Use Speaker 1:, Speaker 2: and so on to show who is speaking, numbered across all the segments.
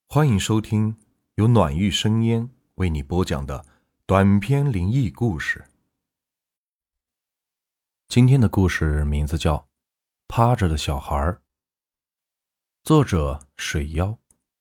Speaker 1: 欢迎收听由暖玉生烟为你播讲的短篇灵异故事。今天的故事名字叫《趴着的小孩》，作者水妖。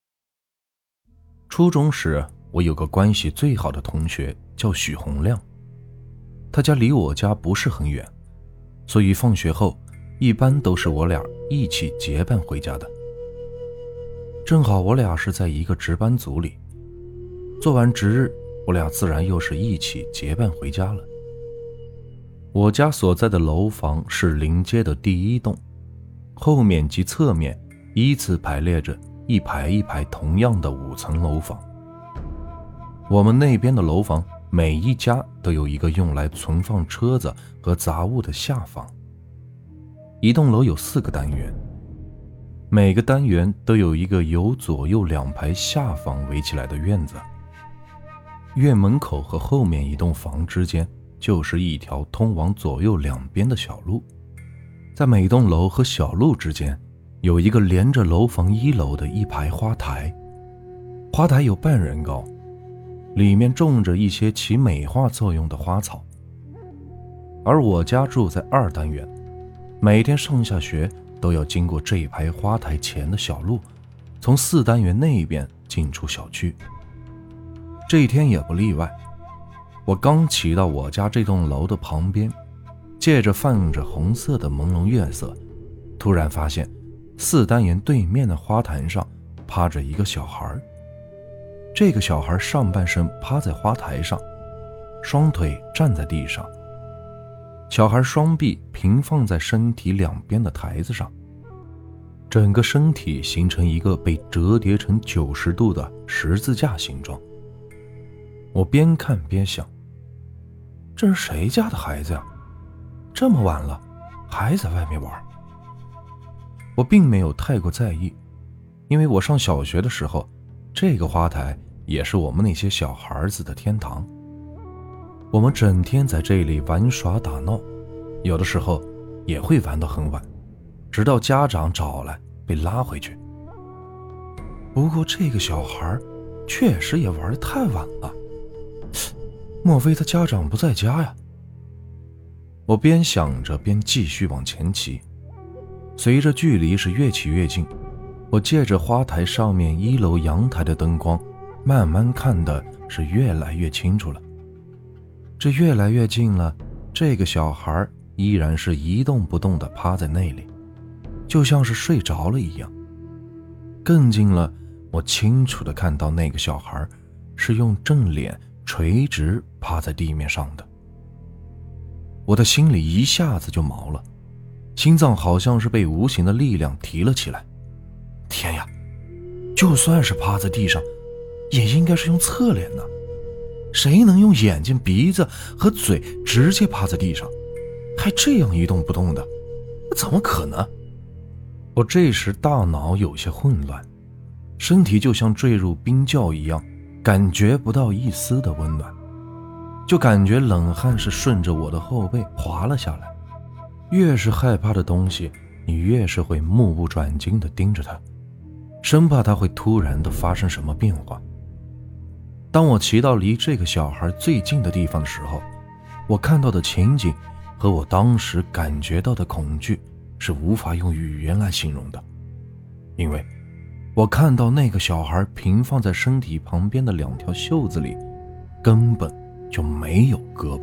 Speaker 1: 初中时，我有个关系最好的同学叫许洪亮，他家离我家不是很远，所以放学后一般都是我俩一起结伴回家的。正好我俩是在一个值班组里，做完值日，我俩自然又是一起结伴回家了。我家所在的楼房是临街的第一栋，后面及侧面依次排列着一排一排同样的5层楼房。我们那边的楼房每一家都有一个用来存放车子和杂物的下房。一栋楼有4个单元，每个单元都有一个由左右2排下房围起来的院子，院门口和后面一栋房之间就是一条通往左右2边的小路，在每栋楼和小路之间有一个连着楼房1楼的一排花台，花台有半人高，里面种着一些起美化作用的花草。而我家住在2单元，每天上下学都要经过这一排花台前的小路，从4单元那边进出小区。这一天也不例外，我刚骑到我家这栋楼的旁边，借着泛着红色的朦胧月色，突然发现4单元对面的花坛上趴着一个小孩。这个小孩上半身趴在花台上，双腿站在地上，小孩双臂平放在身体2边的台子上，整个身体形成一个被折叠成90度的十字架形状。我边看边想，这是谁家的孩子呀？这么晚了还在外面玩。我并没有太过在意，因为我上小学的时候，这个花台也是我们那些小孩子的天堂。我们整天在这里玩耍打闹，有的时候也会玩到很晚，直到家长找来被拉回去。不过这个小孩确实也玩得太晚了，莫非他家长不在家呀？我边想着边继续往前骑，随着距离是越骑越近，我借着花台上面1楼阳台的灯光，慢慢看的是越来越清楚了。这越来越近了，这个小孩依然是一动不动地趴在那里，就像是睡着了一样。更近了，我清楚地看到那个小孩是用正脸垂直趴在地面上的。我的心里一下子就毛了，心脏好像是被无形的力量提了起来。天呀，就算是趴在地上，也应该是用侧脸呢。谁能用眼睛、鼻子和嘴直接趴在地上，还这样一动不动的？怎么可能？我这时大脑有些混乱，身体就像坠入冰窖一样，感觉不到一丝的温暖，就感觉冷汗是顺着我的后背滑了下来。越是害怕的东西，你越是会目不转睛地盯着它，生怕它会突然地发生什么变化。当我骑到离这个小孩最近的地方的时候，我看到的情景和我当时感觉到的恐惧是无法用语言来形容的。因为我看到那个小孩平放在身体旁边的2条袖子里根本就没有胳膊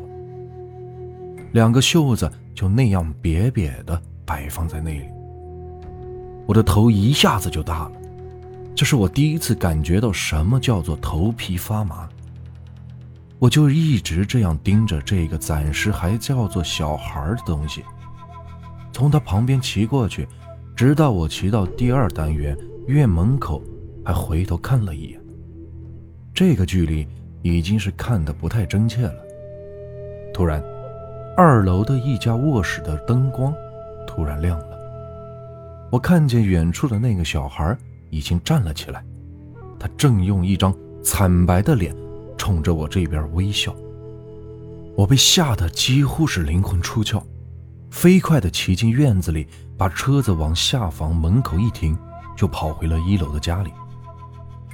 Speaker 1: ，2个袖子就那样瘪瘪的摆放在那里。我的头一下子就大了，这是我第一次感觉到什么叫做头皮发麻。我就一直这样盯着这个暂时还叫做小孩的东西，从他旁边骑过去，直到我骑到第2单元院门口，还回头看了一眼。这个距离已经是看得不太真切了。突然，2楼的一家卧室的灯光突然亮了，我看见远处的那个小孩已经站了起来，他正用一张惨白的脸冲着我这边微笑。我被吓得几乎是灵魂出窍，飞快地骑进院子里，把车子往下房门口一停，就跑回了1楼的家里。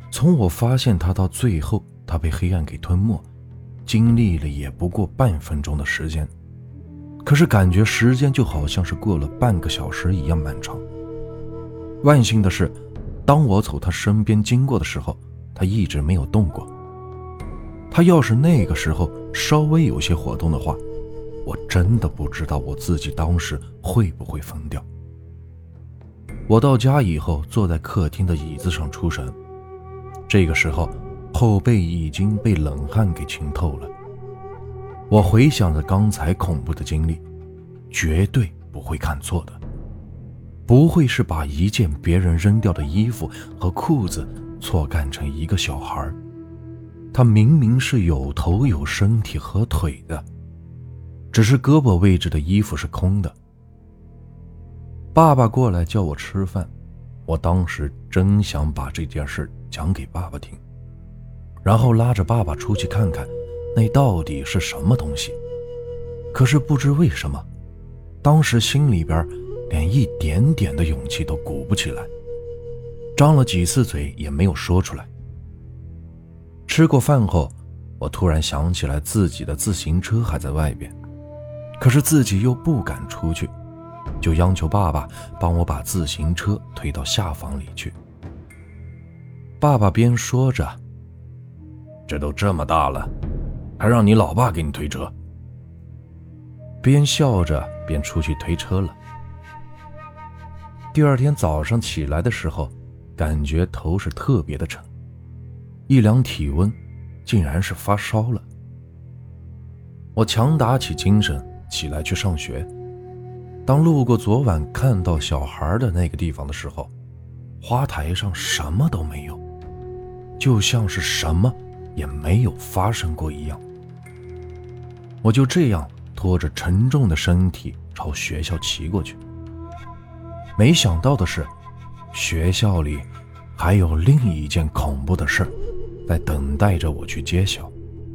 Speaker 1: 从我发现他到最后他被黑暗给吞没，经历了也不过半分钟的时间，可是感觉时间就好像是过了半个小时一样漫长。万幸的是，当我从他身边经过的时候，他一直没有动过。他要是那个时候稍微有些活动的话，我真的不知道我自己当时会不会疯掉。我到家以后坐在客厅的椅子上出神，这个时候后背已经被冷汗给浸透了。我回想着刚才恐怖的经历，绝对不会看错的，不会是把一件别人扔掉的衣服和裤子错干成一个小孩。他明明是有头有身体和腿的，只是胳膊位置的衣服是空的。爸爸过来叫我吃饭，我当时真想把这件事讲给爸爸听，然后拉着爸爸出去看看那到底是什么东西。可是不知为什么，当时心里边连一点点的勇气都鼓不起来，张了几次嘴也没有说出来。吃过饭后，我突然想起来自己的自行车还在外边，可是自己又不敢出去，就央求爸爸帮我把自行车推到下房里去。爸爸边说着，这都这么大了，还让你老爸给你推车，边笑着边出去推车了。第二天早上起来的时候，感觉头是特别的沉，一量体温竟然是发烧了。我强打起精神起来去上学，当路过昨晚看到小孩的那个地方的时候，花台上什么都没有，就像是什么也没有发生过一样。我就这样拖着沉重的身体朝学校骑过去。没想到的是，学校里还有另一件恐怖的事在等待着我去揭晓。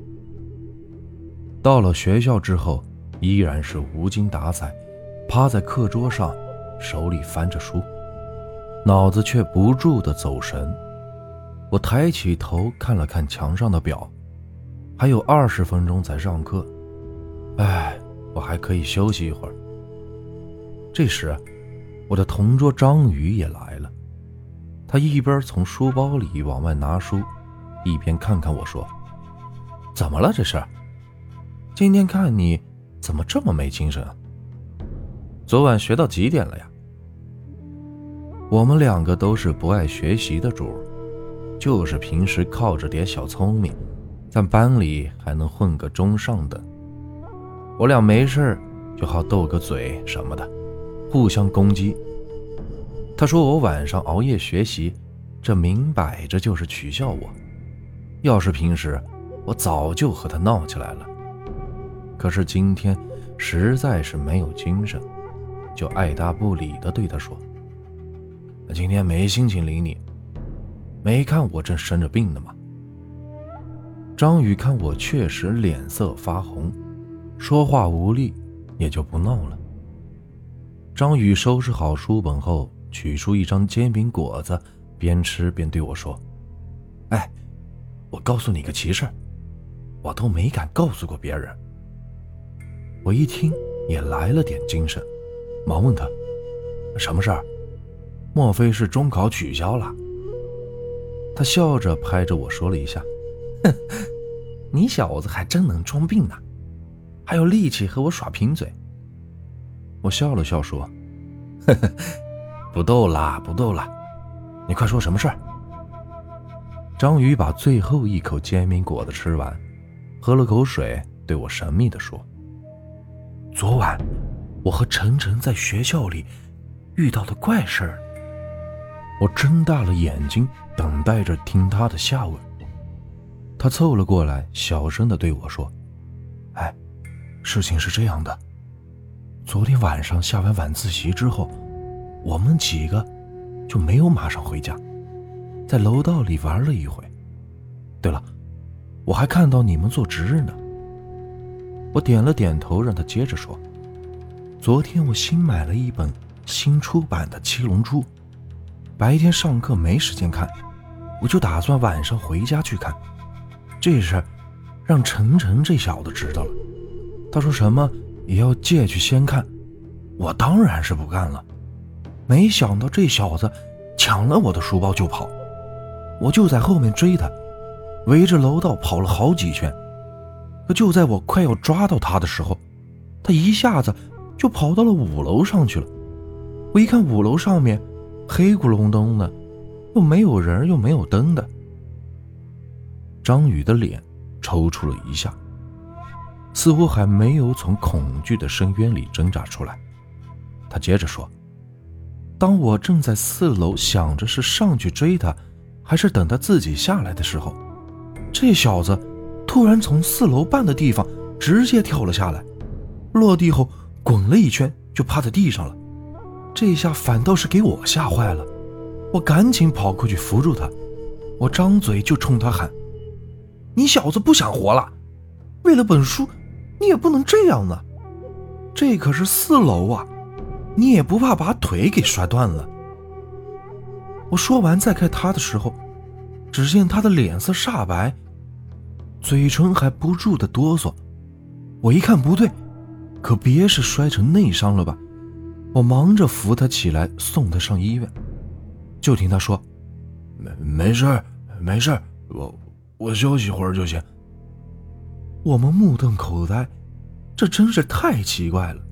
Speaker 1: 到了学校之后，依然是无精打采，趴在课桌上，手里翻着书，脑子却不住地走神。我抬起头看了看墙上的表，还有20分钟才上课，我还可以休息一会儿。这时我的同桌张宇也来了，他一边从书包里往外拿书，一边看看我说，怎么了这是？今天看你怎么这么没精神啊？昨晚学到几点了呀？我们两个都是不爱学习的主，就是平时靠着点小聪明，在班里还能混个中上等。我俩没事就好斗个嘴什么的，互相攻击。他说我晚上熬夜学习，这明摆着就是取笑我。要是平时，我早就和他闹起来了。可是今天实在是没有精神，就爱答不理地对他说，今天没心情理你，没看我正生着病呢吗？张宇看我确实脸色发红，说话无力，也就不闹了。张宇收拾好书本后，取出一张煎饼果子，边吃边对我说，我告诉你个奇事，我都没敢告诉过别人。我一听也来了点精神，忙问他，什么事儿？莫非是中考取消了？他笑着拍着我说了一下，你小子还真能装病呢，还有力气和我耍贫嘴。我笑了笑说，不逗啦不逗啦，你快说什么事儿？张宇把最后一口煎饼果子吃完，喝了口水，对我神秘地说，昨晚我和晨晨在学校里遇到的怪事儿。我睁大了眼睛，等待着听他的下文。他凑了过来，小声地对我说，事情是这样的，昨天晚上下完晚自习之后，我们几个就没有马上回家，在楼道里玩了一会。对了，我还看到你们做值日呢。我点了点头，让他接着说，昨天我新买了一本新出版的《七龙珠》，白天上课没时间看， 我就打算晚上回家去看。这事儿让晨晨这小子知道了，他说什么也要借去先看，我当然是不干了。没想到这小子抢了我的书包就跑，我就在后面追他，围着楼道跑了好几圈。可就在我快要抓到他的时候，他一下子就跑到了5楼上去了。我一看5楼上面黑咕隆咚的，又没有人又没有灯的。张宇的脸抽搐了一下，似乎还没有从恐惧的深渊里挣扎出来。他接着说，当我正在4楼想着是上去追他还是等他自己下来的时候，这小子突然从4楼半的地方直接跳了下来，落地后滚了一圈就趴在地上了。这下反倒是给我吓坏了，我赶紧跑过去扶住他，我张嘴就冲他喊，你小子不想活了？为了本书你也不能这样呢，这可是4楼啊，你也不怕把腿给摔断了？我说完再看他的时候，只见他的脸色煞白，嘴唇还不住的哆嗦。我一看不对，可别是摔成内伤了吧？我忙着扶他起来送他上医院，就听他说，没事没事，我休息会儿就行。我们目瞪口呆，这真是太奇怪了。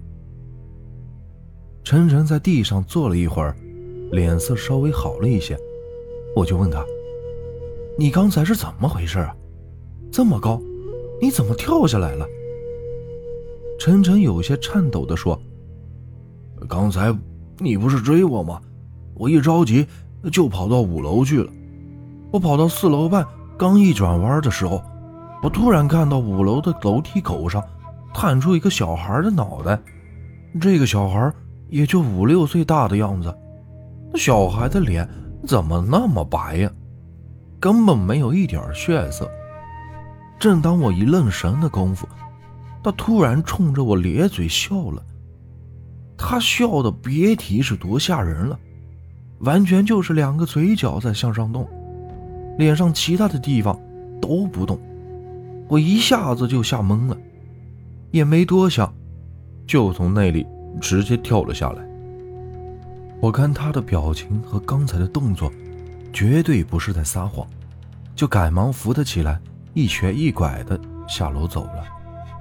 Speaker 1: 晨晨在地上坐了一会儿，脸色稍微好了一些，我就问他，你刚才是怎么回事啊？这么高，你怎么跳下来了？晨晨有些颤抖地说，刚才你不是追我吗？我一着急就跑到5楼去了。我跑到4楼半，刚一转弯的时候，我突然看到5楼的楼梯口上探出一个小孩的脑袋，这个小孩也就5、6岁大的样子。那小孩的脸怎么那么白呀？根本没有一点血色。正当我一愣神的功夫，他突然冲着我咧嘴笑了。他笑的别提是多吓人了，完全就是2个嘴角在向上动，脸上其他的地方都不动。我一下子就吓懵了，也没多想，就从那里直接跳了下来。我看他的表情和刚才的动作绝对不是在撒谎，就赶忙扶他起来，一瘸一拐的下楼走了。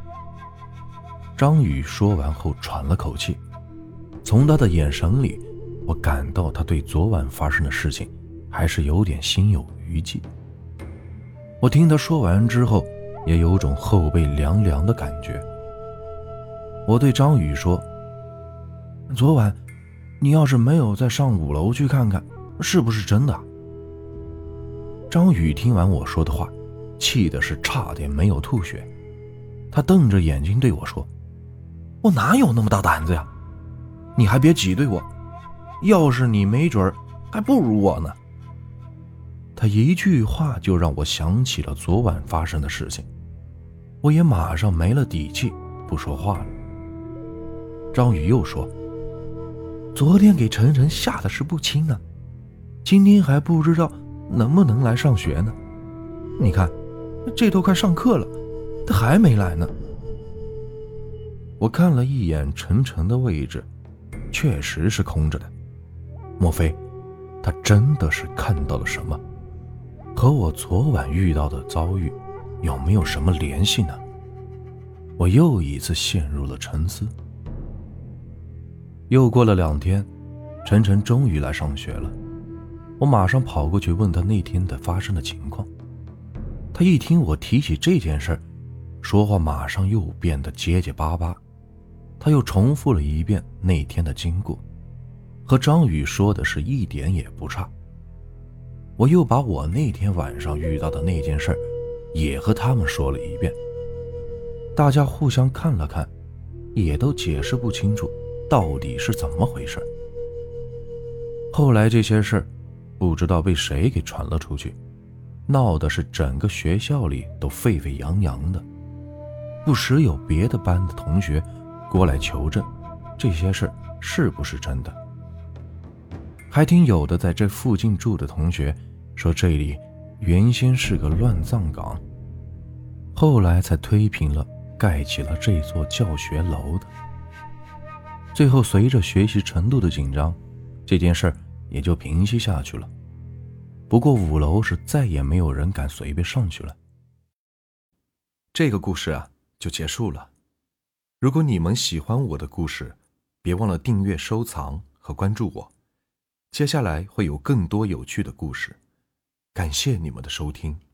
Speaker 1: 张宇说完后喘了口气，从他的眼神里，我感到他对昨晚发生的事情还是有点心有余悸。我听他说完之后，也有种后背凉凉的感觉。我对张宇说，昨晚你要是没有再上5楼去看看，是不是真的？张宇听完我说的话，气的是差点没有吐血。他瞪着眼睛对我说，我哪有那么大胆子呀？你还别挤兑我，要是你没准还不如我呢。他一句话就让我想起了昨晚发生的事情，我也马上没了底气，不说话了。张宇又说，昨天给晨晨吓得是不轻啊，今天还不知道能不能来上学呢。你看，这都快上课了，他还没来呢。我看了一眼晨晨的位置，确实是空着的。莫非他真的是看到了什么？和我昨晚遇到的遭遇有没有什么联系呢？我又一次陷入了沉思。又过了2天，晨晨终于来上学了。我马上跑过去问他那天的发生的情况。他一听我提起这件事，说话马上又变得结结巴巴。他又重复了一遍那天的经过，和张宇说的是一点也不差。我又把我那天晚上遇到的那件事也和他们说了一遍。大家互相看了看，也都解释不清楚到底是怎么回事。后来这些事不知道被谁给传了出去，闹的是整个学校里都沸沸扬扬的，不时有别的班的同学过来求证这些事是不是真的。还听有的在这附近住的同学说这里原先是个乱葬岗，后来才推平了盖起了这座教学楼的。最后随着学习程度的紧张，这件事也就平息下去了。不过5楼是再也没有人敢随便上去了。这个故事就结束了。如果你们喜欢我的故事，别忘了订阅、收藏和关注我。接下来会有更多有趣的故事。感谢你们的收听。